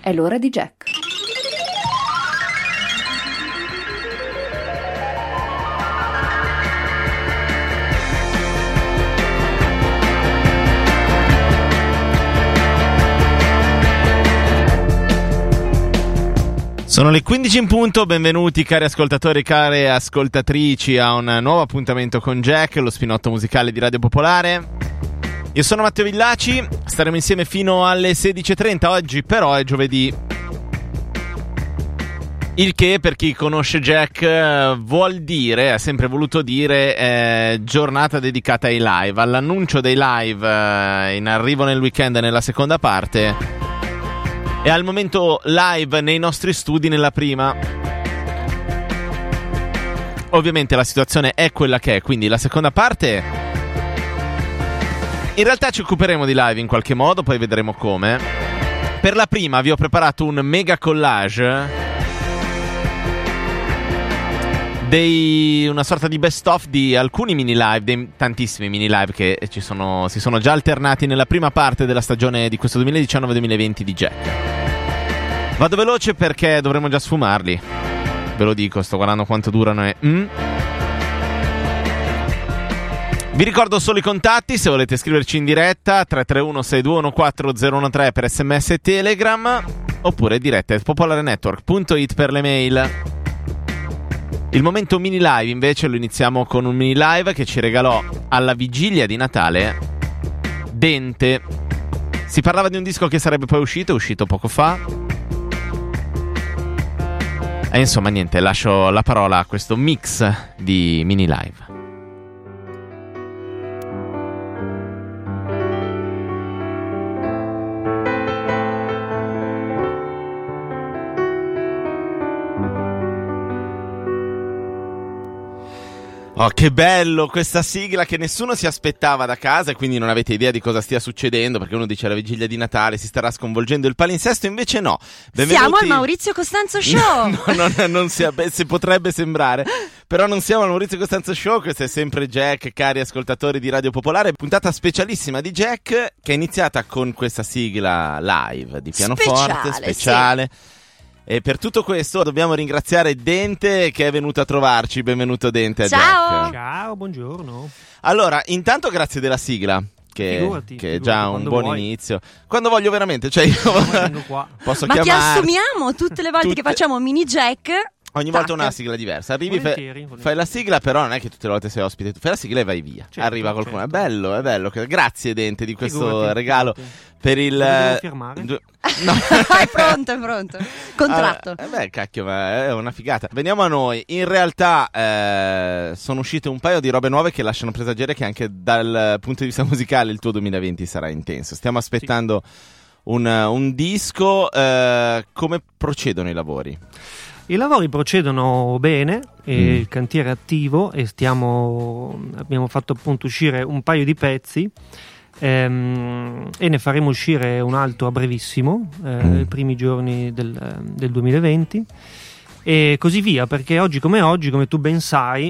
È l'ora di Jack. Sono le 15 in punto, benvenuti cari ascoltatori e care ascoltatrici a un nuovo appuntamento con Jack, lo spinotto musicale di Radio Popolare. Io sono Matteo Villaci, staremo insieme fino alle 16:30, oggi però è giovedì. Il che per chi conosce Jack vuol dire, ha sempre voluto dire, giornata dedicata ai live, all'annuncio dei live in arrivo nel weekend nella seconda parte. E al momento live nei nostri studi nella prima. Ovviamente la situazione è quella che è, quindi la seconda parte in realtà ci occuperemo di live in qualche modo, poi vedremo come. Per la prima vi ho preparato un mega collage una sorta di best of di alcuni mini live, dei tantissimi mini live che si sono già alternati nella prima parte della stagione di questo 2019-2020 di Jack. Vado veloce perché dovremo già sfumarli. Ve lo dico, sto guardando quanto durano e... Vi ricordo solo i contatti, se volete scriverci in diretta 331-621-4013 per SMS e Telegram, oppure diretta popolarenetwork.it per le mail. Il momento mini live invece lo iniziamo con un mini live che ci regalò alla vigilia di Natale Dente. Si parlava di un disco che sarebbe poi uscito, è uscito poco fa. E insomma niente, lascio la parola a questo mix di mini live. Oh, che bello questa sigla che nessuno si aspettava da casa e quindi non avete idea di cosa stia succedendo, perché uno dice alla vigilia di Natale si starà sconvolgendo il palinsesto, invece no. Benvenuti... Siamo al Maurizio Costanzo Show! Non si potrebbe sembrare, però non siamo al Maurizio Costanzo Show, questo è sempre Jack, cari ascoltatori di Radio Popolare, puntata specialissima di Jack che è iniziata con questa sigla live di pianoforte, speciale. Sì. E per tutto questo dobbiamo ringraziare Dente che è venuto a trovarci. Benvenuto Dente a Jack. Ciao, buongiorno. Allora, intanto grazie della sigla che è già un buon inizio. Quando voglio veramente, cioè io qua. Posso Ma chiamare. ti assumiamo tutte le volte che facciamo mini Jack. Ogni volta una sigla diversa. Arrivi, fai la sigla, però non è che tutte le volte sei ospite. Tu fai la sigla e vai via. Certo, arriva qualcuno. Certo. È bello. Grazie Dente di questo regalo. Per il... Devo firmare? No. È pronto. Contratto. Cacchio, ma è una figata. Veniamo a noi. In realtà sono uscite un paio di robe nuove che lasciano presagire che anche dal punto di vista musicale il tuo 2020 sarà intenso. Stiamo aspettando un disco. Come procedono i lavori? I lavori procedono bene, il cantiere è attivo e abbiamo fatto appunto uscire un paio di pezzi e ne faremo uscire un altro a brevissimo, i primi giorni del 2020 e così via, perché oggi come tu ben sai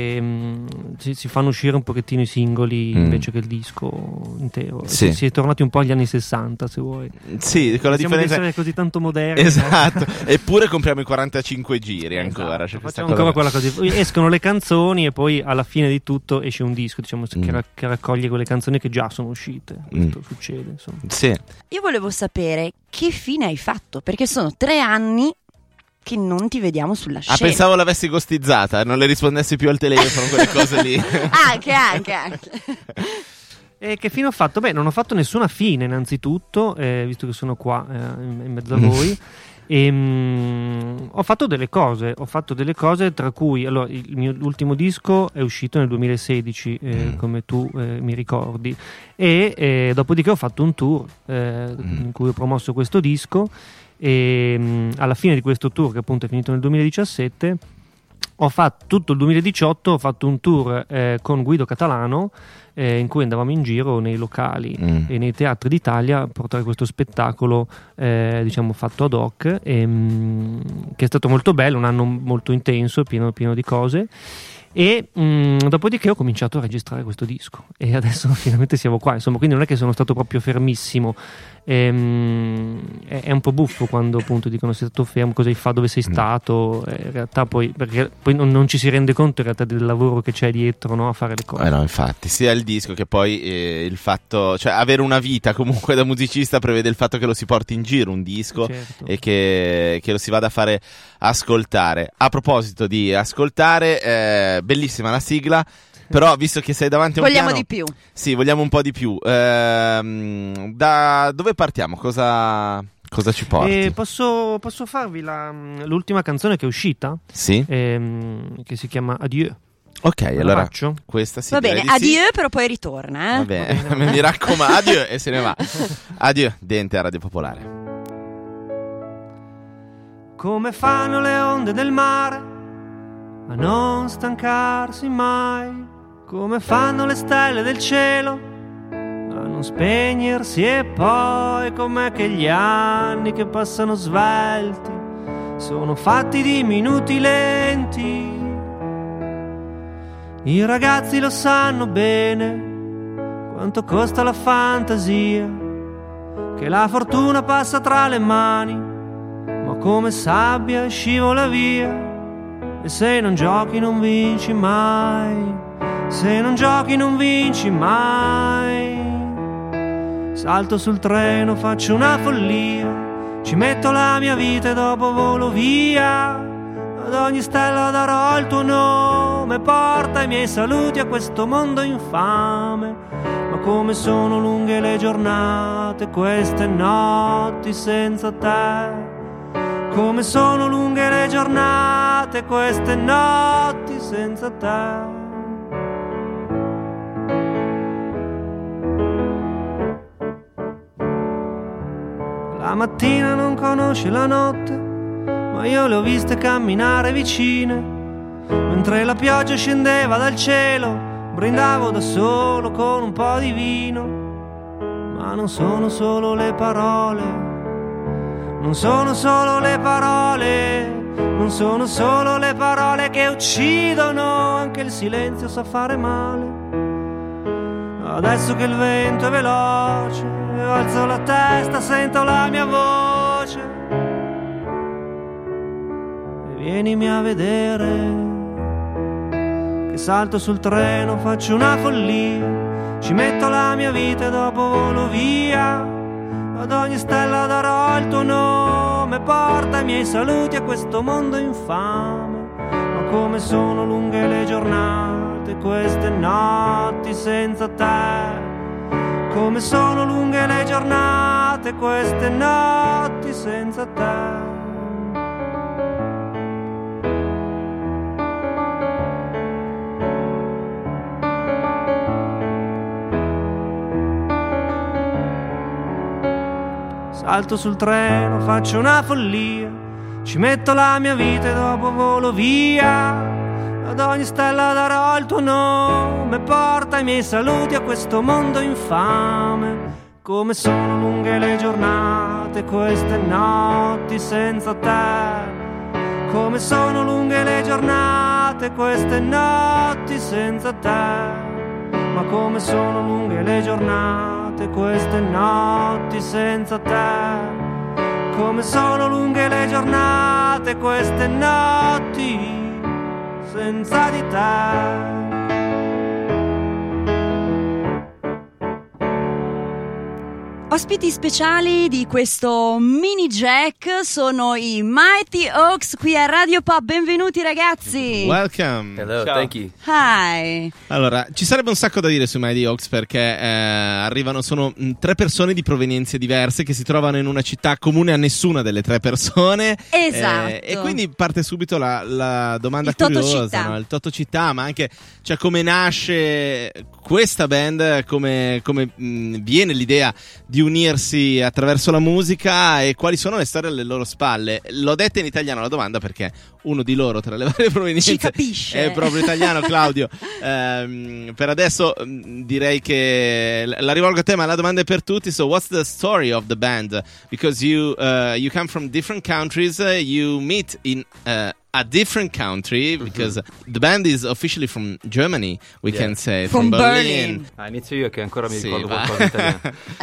si fanno uscire un pochettino i singoli invece che il disco intero. Sì. Si è tornati un po' agli anni 60 se vuoi. Sì, con la differenza di essere così tanto moderni. Esatto. Eppure compriamo i 45 giri ancora. Esatto. Facciamo ancora quella cosa. Escono le canzoni e poi alla fine di tutto esce un disco, diciamo, che raccoglie quelle canzoni che già sono uscite. Questo succede, insomma. Sì. Io volevo sapere che fine hai fatto, perché sono 3 anni che non ti vediamo sulla scena. Pensavo l'avessi ghostizzata, non le rispondessi più al telefono, quelle cose lì. Anche. E che fine ho fatto? Beh, non ho fatto nessuna fine, innanzitutto, visto che sono qua in mezzo a voi. Ho fatto delle cose, tra cui allora, il mio ultimo disco è uscito nel 2016, come tu mi ricordi, e dopodiché ho fatto un tour in cui ho promosso questo disco. E alla fine di questo tour, che appunto è finito nel 2017, ho fatto tutto il 2018, ho fatto un tour con Guido Catalano in cui andavamo in giro nei locali e nei teatri d'Italia a portare questo spettacolo diciamo fatto ad hoc che è stato molto bello, un anno molto intenso, pieno di cose. E dopodiché ho cominciato a registrare questo disco e adesso finalmente siamo qua, insomma, quindi non è che sono stato proprio fermissimo, È un po' buffo quando appunto dicono sei stato fermo, cosa hai fatto, dove sei stato, in realtà perché poi non ci si rende conto in realtà del lavoro che c'è dietro, no, a fare le cose. No, infatti, sia il disco che poi il fatto, cioè avere una vita comunque da musicista prevede il fatto che lo si porti in giro un disco, certo, e che lo si vada a fare ascoltare. A proposito di ascoltare, bellissima la sigla. Però visto che sei davanti a un vogliamo piano, di più. Sì, vogliamo un po' di più. Da dove partiamo? Cosa ci porti? Posso farvi l'ultima canzone che è uscita? Sì. Che si chiama Adieu. Ok, allora faccio? questa sì. Va bene, adieu, però poi ritorna. Va bene, mi raccomando, adieu e se ne va. Adieu, Dente a Radio Popolare. Come fanno le onde del mare a non stancarsi mai? Come fanno le stelle del cielo a non spegnersi? E poi com'è che gli anni che passano svelti sono fatti di minuti lenti? I ragazzi lo sanno bene quanto costa la fantasia, che la fortuna passa tra le mani ma come sabbia scivola via. E se non giochi non vinci mai, se non giochi non vinci mai. Salto sul treno, faccio una follia, ci metto la mia vita e dopo volo via. Ad ogni stella darò il tuo nome, porta i miei saluti a questo mondo infame. Ma come sono lunghe le giornate, queste notti senza te. Come sono lunghe le giornate, queste notti senza te. La mattina non conosce la notte, ma io le ho viste camminare vicine. Mentre la pioggia scendeva dal cielo, brindavo da solo con un po' di vino. Ma non sono solo le parole, non sono solo le parole, non sono solo le parole che uccidono, anche il silenzio sa fare male. Adesso che il vento è veloce, alzo la testa, sento la mia voce. E vienimi a vedere, che salto sul treno, faccio una follia, ci metto la mia vita e dopo volo via. Ad ogni stella darò il tuo nome, porta i miei saluti a questo mondo infame. Ma come sono lunghe le giornate, queste notti senza te. Come sono lunghe le giornate, queste notti senza te. Salto sul treno, faccio una follia, ci metto la mia vita e dopo volo via. Ad ogni stella darò il tuo nome, porta i miei saluti a questo mondo infame. Come sono lunghe le giornate, queste notti senza te. Come sono lunghe le giornate, queste notti senza te. Ma come sono lunghe le giornate, queste notti senza te. Come sono lunghe le giornate, queste notti senza di te. Ospiti speciali di questo mini jack sono i Mighty Oaks qui a Radio Pop. Benvenuti ragazzi. Welcome. Hello, Ciao. thank you. Hi. Allora, ci sarebbe un sacco da dire sui Mighty Oaks perché sono 3 persone di provenienze diverse che si trovano in una città comune a nessuna delle 3 persone. Esatto. E quindi parte subito la domanda il Toto curiosa, Città. no? Il Toto Città, ma anche cioè come nasce questa band, come viene l'idea di unirsi attraverso la musica e quali sono le storie alle loro spalle. L'ho detta in italiano la domanda perché uno di loro tra le varie provenienze ci capisce. è proprio italiano, Claudio. Per adesso direi che la rivolgo a te, ma la domanda è per tutti. So what's the story of the band? Because you come from different countries, you meet in a different country, because the band is officially from Germany, we can say, from Berlin. Inizio io che ancora mi ricordo va. qualcosa italiano.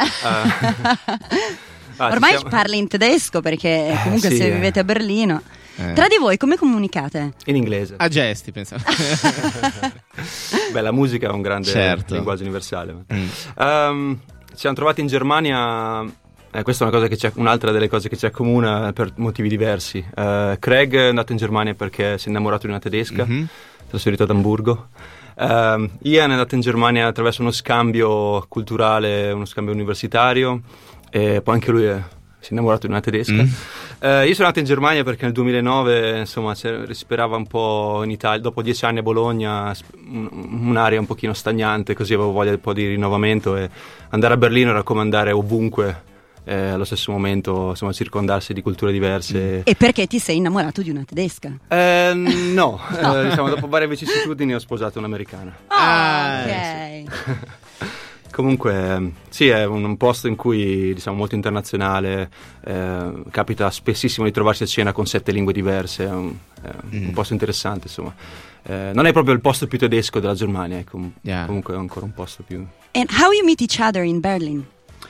Ormai parli in tedesco, perché comunque sì, se vivete a Berlino. Tra di voi come comunicate? In inglese. A gesti, pensavo. Beh, la musica è un grande linguaggio universale. Ci siamo trovati in Germania. Questa è una cosa che un'altra delle cose che ci accomuna per motivi diversi. Craig è andato in Germania perché si è innamorato di una tedesca, trasferito ad Amburgo. Ian è andato in Germania attraverso uno scambio culturale, uno scambio universitario, e poi anche lui si è innamorato di una tedesca. Io sono andato in Germania perché nel 2009 insomma respirava un po' in Italia, dopo 10 anni a Bologna, un'area un pochino stagnante, così avevo voglia di un po' di rinnovamento, e andare a Berlino era come andare ovunque. Allo stesso momento, insomma, circondarsi di culture diverse. E perché ti sei innamorato di una tedesca? No. Diciamo, dopo varie vicissitudini ho sposato un'americana. Ok. Comunque sì, è un posto in cui, diciamo, molto internazionale, capita spessissimo di trovarsi a cena con 7 lingue diverse, è un posto interessante, insomma. Non è proprio il posto più tedesco della Germania, comunque è ancora un posto più... And how you meet each other in Berlin?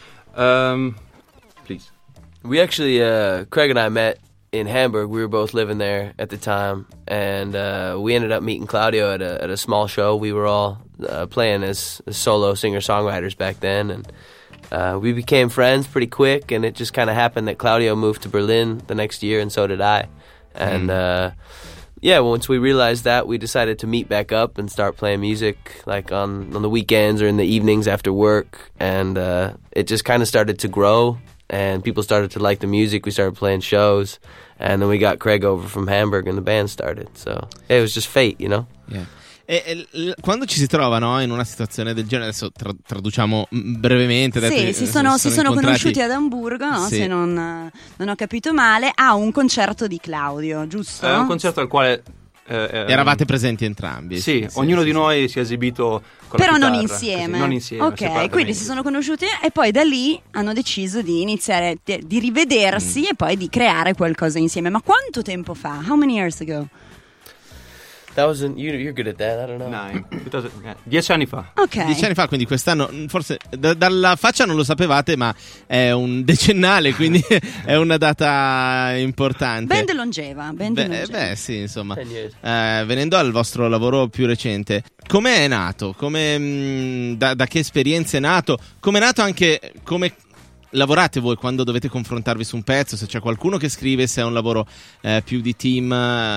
Please. We actually, Craig and I met in Hamburg. We were both living there at the time, and we ended up meeting Claudio at a small show. We were all playing as solo singer-songwriters back then, and we became friends pretty quick, and it just kind of happened that Claudio moved to Berlin the next year, and so did I. And once we realized that, we decided to meet back up and start playing music, like on the weekends or in the evenings after work, and it just kind of started to grow. And people started to like the music. We started playing shows, and then we got Craig over from Hamburg, and the band started. So it was just fate, you know. Yeah. E quando ci si trova, no, in una situazione del genere, adesso traduciamo brevemente. Sì, si sono conosciuti ad Amburgo, no? Sì. Se non ho capito male, a un concerto di Claudio, giusto? È un concerto al quale eravate presenti entrambi. Sì, ognuno di noi si è esibito con però la chitarra, non insieme. così, non insieme. Ok, quindi si sono conosciuti e poi da lì hanno deciso di iniziare, di rivedersi e poi di creare qualcosa insieme. Ma quanto tempo fa? How many years ago? That was you're good at that. I don't know. 10 anni fa. Ok. 10 anni fa, quindi quest'anno, forse dalla faccia non lo sapevate, ma è un decennale, quindi è una data importante. Band longeva. Beh, sì, insomma. Venendo al vostro lavoro più recente, come è nato? Da che esperienza è nato? Come è nato anche come lavorate voi quando dovete confrontarvi su un pezzo? Se c'è qualcuno che scrive, se è un lavoro più di team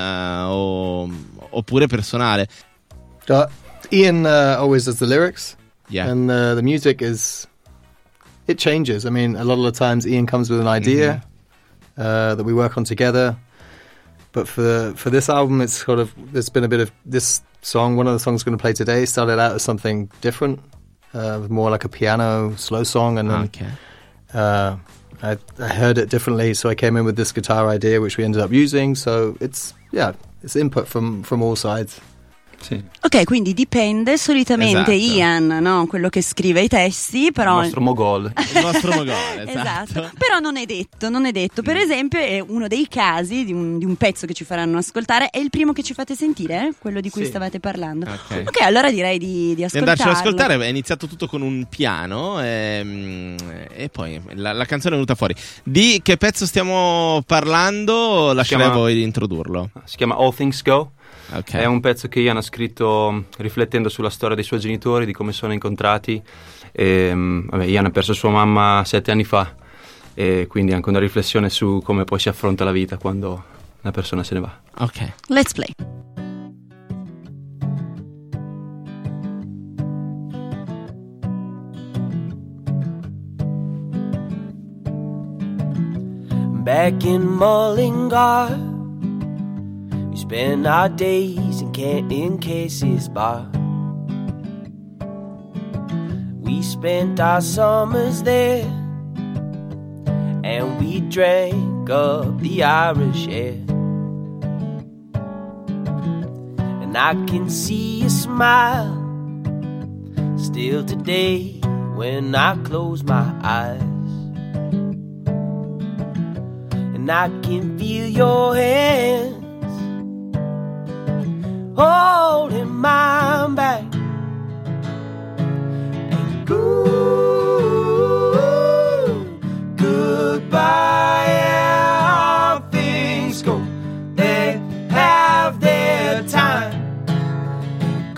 oppure personale. Ian always does the lyrics, and the music it changes. I mean, a lot of the times Ian comes with an idea that we work on together, but for this album it's there's been a bit of this song. One of the songs we're going to play today started out as something different, more like a piano slow song, and then I heard it differently, so I came in with this guitar idea, which we ended up using. So it's input from all sides. Sì. Ok, quindi dipende. Solitamente esatto. Ian, no, quello che scrive i testi, però Il nostro mogol. Il nostro mogol, esatto. Però non è detto. Per esempio, è uno dei casi di un pezzo che ci faranno ascoltare. È il primo che ci fate sentire, quello di cui stavate parlando. Ok, allora direi di ascoltarlo. Andarci ad ascoltare. È iniziato tutto con un piano e poi la canzone è venuta fuori. Di che pezzo stiamo parlando? Lascerei a voi di introdurlo. Si chiama All Things Go. Okay. È un pezzo che Ian ha scritto riflettendo sulla storia dei suoi genitori, di come sono incontrati. Ian ha perso sua mamma 7 anni fa, e quindi anche una riflessione su come poi si affronta la vita quando una persona se ne va. Ok, let's play. Back in Mullingar, we spend our days in Casey's bar. We spent our summers there, and we drank up the Irish air. And I can see a smile still today when I close my eyes. And I can feel your hands holding my back. And goodbye, how things go. They have their time. And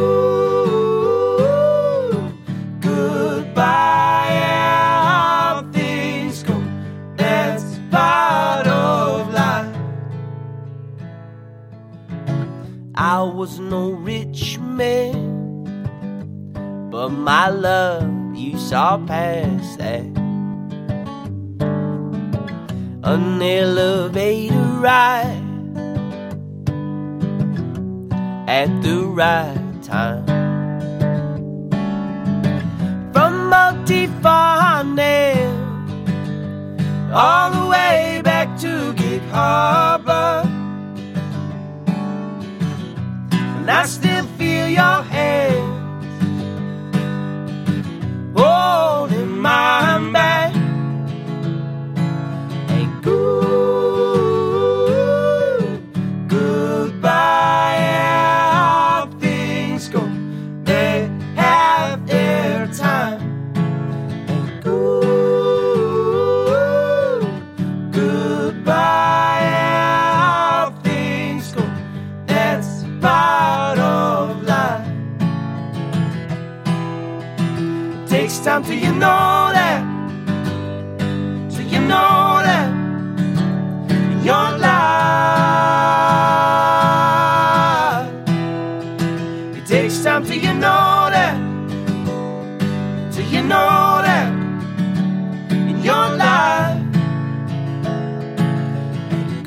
goodbye, how things go. That's part of life. I was no rich man, but my love, you saw past that. An elevator ride at the right time. From Multi-Farnham all the way back to Gig Harbor, and I still feel your hands holding my back. And goodbye, how things go. They have their time. And goodbye, how things go. That's part of life. It takes time till you know that. So you know that in your life. It takes time till you know that. Till you know that in your life. And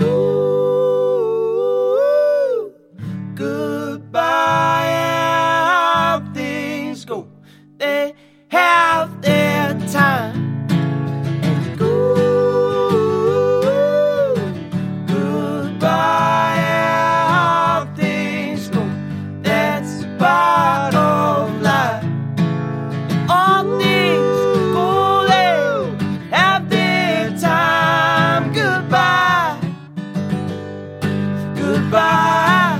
goodbye, how things go. They have their time. And goodbye, how things go. That's part of life. And all things go, they'll have their time. Goodbye, goodbye.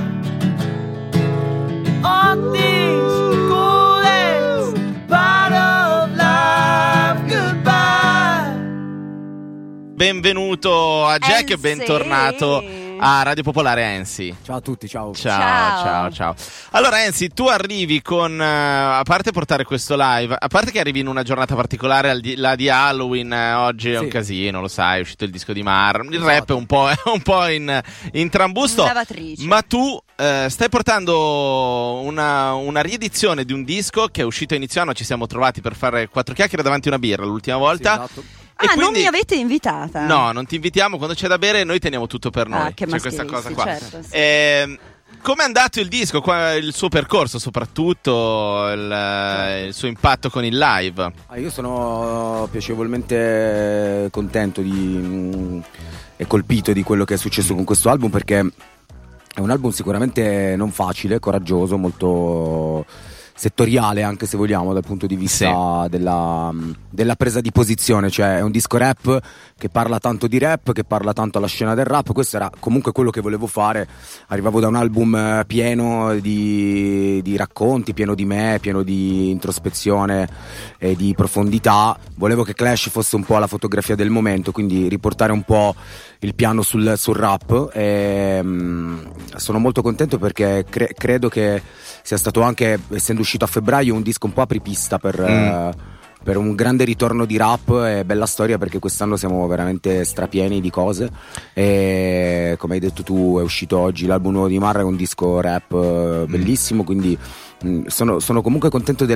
And all things go, that's part of life. Goodbye. Benvenuto a Jack e Enzi. bentornato a Radio Popolare Enzi. Ciao a tutti, ciao. Ciao. Allora Enzi, tu arrivi con, a parte portare questo live, a parte che arrivi in una giornata particolare, la di Halloween, oggi è un casino, lo sai, è uscito il disco di Mar, il rap è un po' in trambusto, Lavatrice. ma tu stai portando una riedizione di un disco che è uscito a inizio anno, ci siamo trovati per fare 4 chiacchiere davanti a una birra l'ultima volta. Sì, esatto. E Non quindi- mi avete invitata? No, non ti invitiamo, quando c'è da bere noi teniamo tutto per noi. che C'è questa cosa maschilisti, qua. certo, sì. Come è andato il disco, il suo percorso, soprattutto il suo impatto con il live? Io sono piacevolmente contento e colpito di quello che è successo con questo album, perché è un album sicuramente non facile, coraggioso, molto settoriale, anche se vogliamo, dal punto di vista della presa di posizione. Cioè è un disco rap che parla tanto di rap, che parla tanto alla scena del rap. Questo era comunque quello che volevo fare. Arrivavo da un album pieno di racconti, pieno di me, pieno di introspezione e di profondità. Volevo che Clash fosse un po' la fotografia del momento, quindi riportare un po' il piano sul rap. Sono molto contento perché credo che sia stato, anche essendo uscito a febbraio, un disco un po' apripista per un grande ritorno di rap e bella storia, perché quest'anno siamo veramente strapieni di cose. E come hai detto tu, è uscito oggi l'album nuovo di Marra, è un disco rap bellissimo, quindi sono comunque contento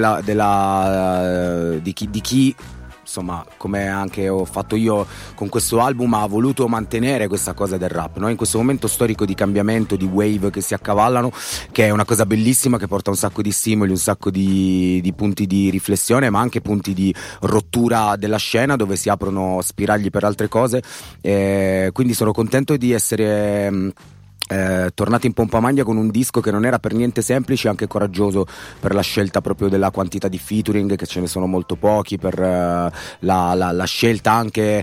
di chi insomma, come anche ho fatto io con questo album, ha voluto mantenere questa cosa del rap, no? In questo momento storico di cambiamento, di wave che si accavallano, che è una cosa bellissima, che porta un sacco di stimoli, un sacco di punti di riflessione, ma anche punti di rottura della scena, dove si aprono spiragli per altre cose. Quindi sono contento di essere tornati in pompa magna con un disco che non era per niente semplice, anche coraggioso per la scelta proprio della quantità di featuring, che ce ne sono molto pochi, per la scelta anche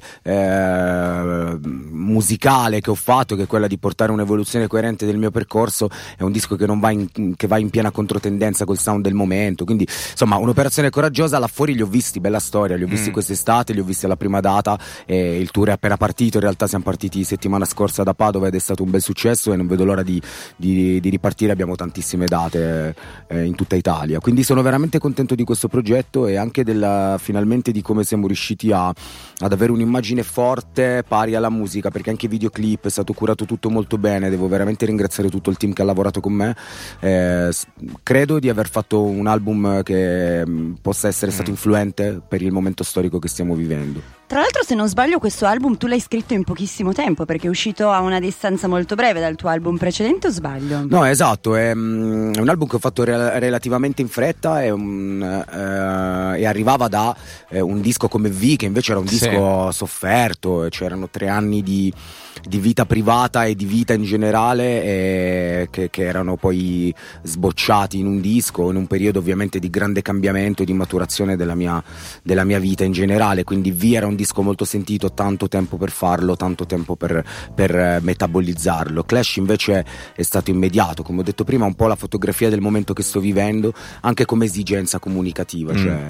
musicale che ho fatto, che è quella di portare un'evoluzione coerente del mio percorso. È un disco che non va che va in piena controtendenza col sound del momento, quindi insomma un'operazione coraggiosa. Là fuori li ho visti, bella storia, li ho visti quest'estate, li ho visti alla prima data, e il tour è appena partito. In realtà siamo partiti settimana scorsa da Padova ed è stato un bel successo, e non vedo l'ora di ripartire. Abbiamo tantissime date in tutta Italia, quindi sono veramente contento di questo progetto, e anche finalmente di come siamo riusciti ad avere un'immagine forte pari alla musica, perché anche i videoclip è stato curato tutto molto bene. Devo veramente ringraziare tutto il team che ha lavorato con me. Credo di aver fatto un album che possa essere stato influente per il momento storico che stiamo vivendo. Tra l'altro, se non sbaglio, questo album tu l'hai scritto in pochissimo tempo, perché è uscito a una distanza molto breve dal tuo album precedente, o sbaglio? No, esatto, è un album che ho fatto relativamente in fretta, e arrivava da un disco come V, che invece era un disco sofferto. C'erano 3 anni di vita privata e di vita in generale, che erano poi sbocciati in un disco, in un periodo ovviamente di grande cambiamento e di maturazione della mia vita in generale. Quindi V era un disco molto sentito, tanto tempo per farlo, tanto tempo per metabolizzarlo. Clash invece è stato immediato, come ho detto prima, un po' la fotografia del momento che sto vivendo, anche come esigenza comunicativa.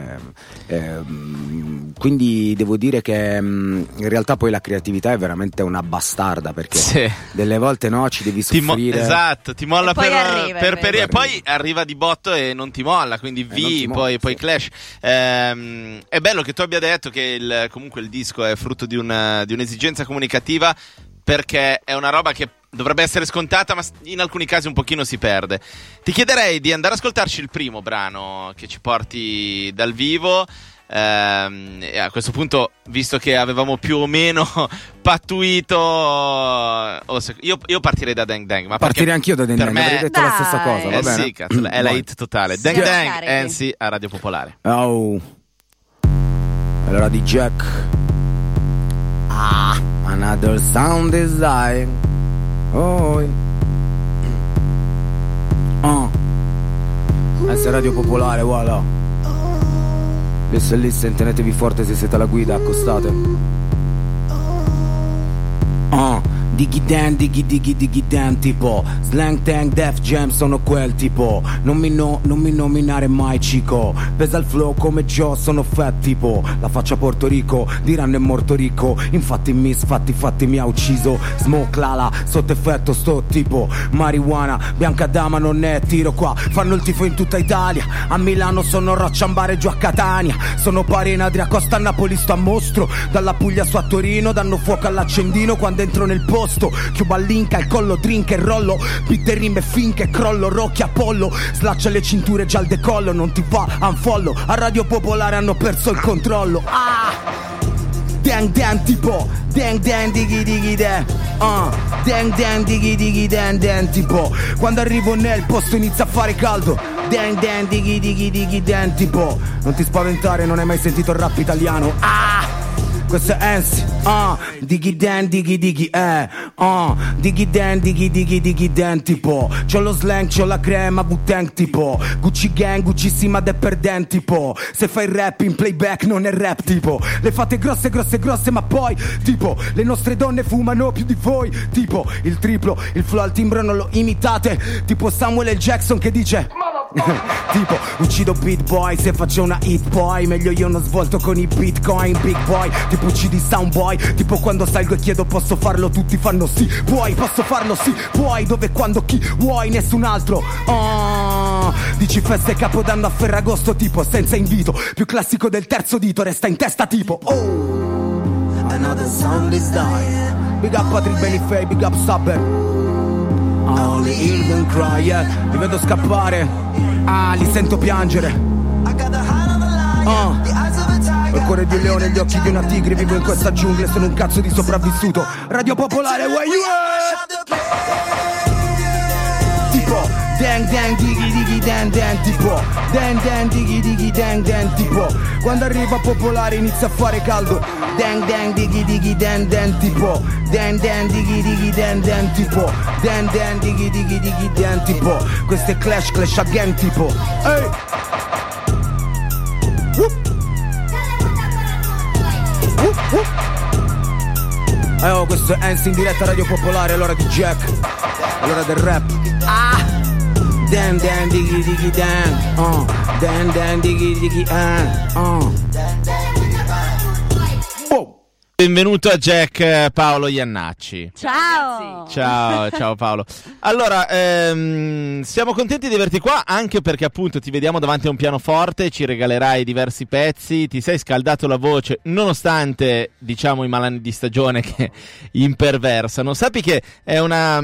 Quindi devo dire che in realtà poi la creatività è veramente una bastarda, perché delle volte ci devi soffrire. Esatto, ti molla per poi arriva di botto e non ti molla, quindi V, poi Clash. È bello che tu abbia detto che comunque il disco è frutto di un'esigenza comunicativa, perché è una roba che dovrebbe essere scontata, ma in alcuni casi un pochino si perde. Ti chiederei di andare ad ascoltarci il primo brano che ci porti dal vivo. E a questo punto, visto che avevamo più o meno pattuito, io partirei da Dang Dang, ma partirei anch'io da Dang Dang, avrei detto la stessa cosa, va bene? Sì, cazzo, è la hit totale. Dang Dang, NC a Radio Popolare. Allora di Jack, another sound design. S Radio Popolare, voilà. Listen, tenetevi forte se siete alla guida, accostate. Diggy dan tipo Slang Tank Def Jam sono quel tipo. Non mi nominare mai Cico. Pesa il flow come Joe, sono fat tipo. La faccia Porto Rico, diranno è morto ricco. Infatti mi ha ucciso. Smoke Lala, sotto effetto sto tipo. Marijuana, bianca dama non è tiro qua. Fanno il tifo in tutta Italia. A Milano sono Rocciambare, giù a Catania. Sono pari in Adria Costa, a Napoli sto a mostro. Dalla Puglia su a Torino danno fuoco all'accendino quando entro nel posto. Chiuba all'inca, il collo, drink e rollo. Bitte rime finché crollo, Rocchi Apollo. Slaccia le cinture già al decollo. Non ti va, unfollow. A Radio Popolare hanno perso il controllo. Dang dang tipo. Dang dang diggy diggy dang. Dang dang diggy diggy dang dang tipo. Quando arrivo nel posto inizia a fare caldo. Dang dang diggy diggy diggy dang tipo. Non ti spaventare, non hai mai sentito il rap italiano. Questo è Ansi, diggy dan, diggy, diggy dan, diggy dan, tipo. C'ho lo slang, c'ho la crema, Wu-Tang, tipo. Gucci gang, Guccissima de perdent, tipo. Se fai rap in playback non è rap, tipo. Le fate grosse, ma poi, tipo, le nostre donne fumano più di voi, tipo. Il triplo, il flow al timbro non lo imitate, tipo Samuel L. Jackson che dice tipo, uccido beat boy se faccio una hit poi. Meglio io non svolto con i bitcoin, big boy. Tipo uccidi sound boy. Tipo quando salgo e chiedo posso farlo, tutti fanno sì. Puoi, posso farlo sì, puoi. Dove, quando, chi vuoi, nessun altro. Dici feste capodanno a Ferragosto, tipo senza invito. Più classico del terzo dito, resta in testa tipo. Another sound is dying. Big up Patrick Benifei, big up Saber. Only Hilden cry, yeah. Li vedo scappare, li sento piangere. Il cuore di un leone e gli occhi di una tigre. Vivo in questa giungla e sono un cazzo di sopravvissuto. Radio Popolare, where you at? Tipo dang dang diggy diggy dang dang tipo, dang dang diggy diggy dang dang tipo. Quando arriva Popolare inizia a fare caldo, dang dang diggy diggy dang dang tipo, dang dang diggy diggy dang dang tipo, dang dang diggy diggy diggy dang tipo. Questo è Clash again tipo, ehi. Oh, questo è Enzi in diretta a Radio Popolare, all'ora di Jack, all'ora del rap. Dan dan diggy diggy dan, dan dan diggy diggy Benvenuto a Jack, Paolo Iannacci. Ciao. Ciao Paolo. Allora, siamo contenti di averti qua, anche perché appunto ti vediamo davanti a un pianoforte, ci regalerai diversi pezzi, ti sei scaldato la voce nonostante, diciamo, i malanni di stagione che imperversano. Sappi che è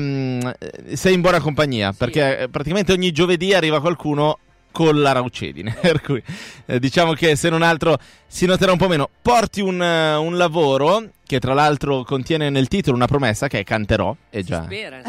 sei in buona compagnia, perché praticamente ogni giovedì arriva qualcuno con la raucedine, per cui diciamo che se non altro si noterà un po' meno. Porti un lavoro che tra l'altro contiene nel titolo una promessa che è canterò, e già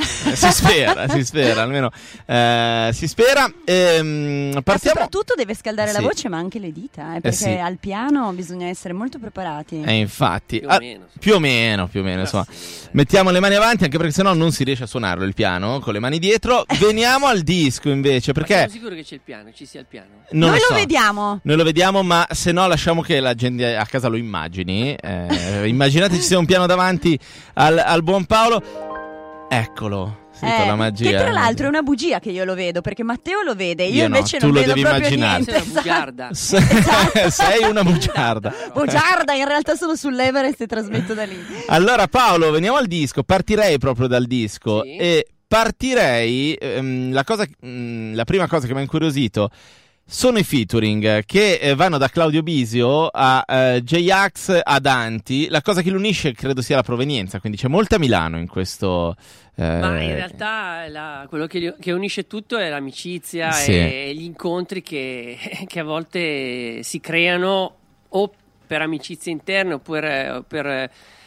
si spera almeno si spera. Partiamo. Soprattutto deve scaldare la voce, ma anche le dita, perché al piano bisogna essere molto preparati. Infatti più o meno insomma, mettiamo le mani avanti, anche perché sennò non si riesce a suonarlo il piano con le mani dietro. Veniamo al disco invece, perché siamo sicuri che c'è il piano, ci sia il piano? Noi lo vediamo, ma se no lasciamo che la gente a casa lo immagini. Immaginate ci sia un piano davanti al buon Paolo. Eccolo. La magia. Che tra l'altro è una bugia che io lo vedo, perché Matteo lo vede, io invece no, non vedo proprio immaginare. niente. Sei una bugiarda. Sei una bugiarda. Bugiarda, in realtà sono sull'Everest e trasmetto da lì. Allora Paolo, veniamo al disco. Partirei proprio dal disco, e partirei la prima cosa che mi ha incuriosito sono i featuring che vanno da Claudio Bisio a J-Ax a Danti. La cosa che li unisce credo sia la provenienza, quindi c'è molta Milano in questo. Ma in realtà quello che unisce tutto è l'amicizia e gli incontri che a volte si creano o per amicizie interne oppure per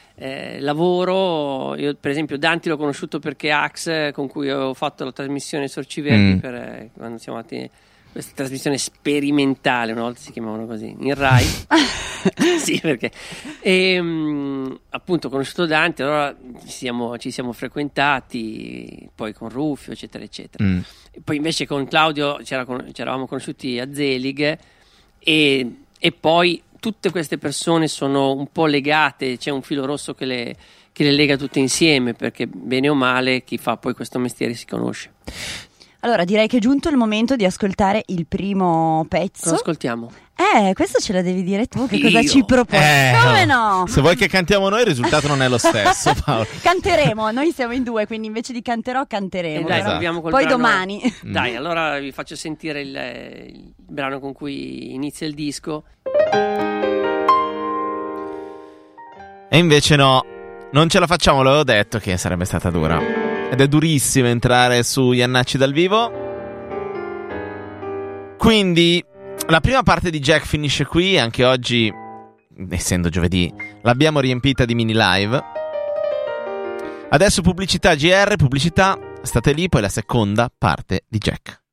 lavoro. Io per esempio Danti l'ho conosciuto perché Ax, con cui ho fatto la trasmissione Sorci Verdi quando siamo andati questa trasmissione sperimentale, una volta si chiamavano così, in Rai. Sì, perché appunto ho conosciuto Dante, allora ci siamo frequentati, poi con Ruffio eccetera eccetera. E poi invece con Claudio ci eravamo conosciuti a Zelig, e poi tutte queste persone sono un po' legate, c'è un filo rosso che le lega tutte insieme, perché bene o male chi fa poi questo mestiere si conosce. Allora direi che è giunto il momento di ascoltare il primo pezzo. Cosa ascoltiamo? Questo ce la devi dire tu, che cosa ci proponi? Come no? Se vuoi che cantiamo noi il risultato non è lo stesso, Paolo. Canteremo, noi siamo in due, quindi invece di canteremo. Dai, esatto. Poi brano. Domani. Dai, allora vi faccio sentire il brano con cui inizia il disco. E invece no, non ce la facciamo, l'avevo detto che sarebbe stata dura. Ed è durissimo entrare su Iannacci dal vivo. Quindi la prima parte di Jack finisce qui. Anche oggi, essendo giovedì, l'abbiamo riempita di mini live. Adesso pubblicità GR, pubblicità, state lì, poi la seconda parte di Jack.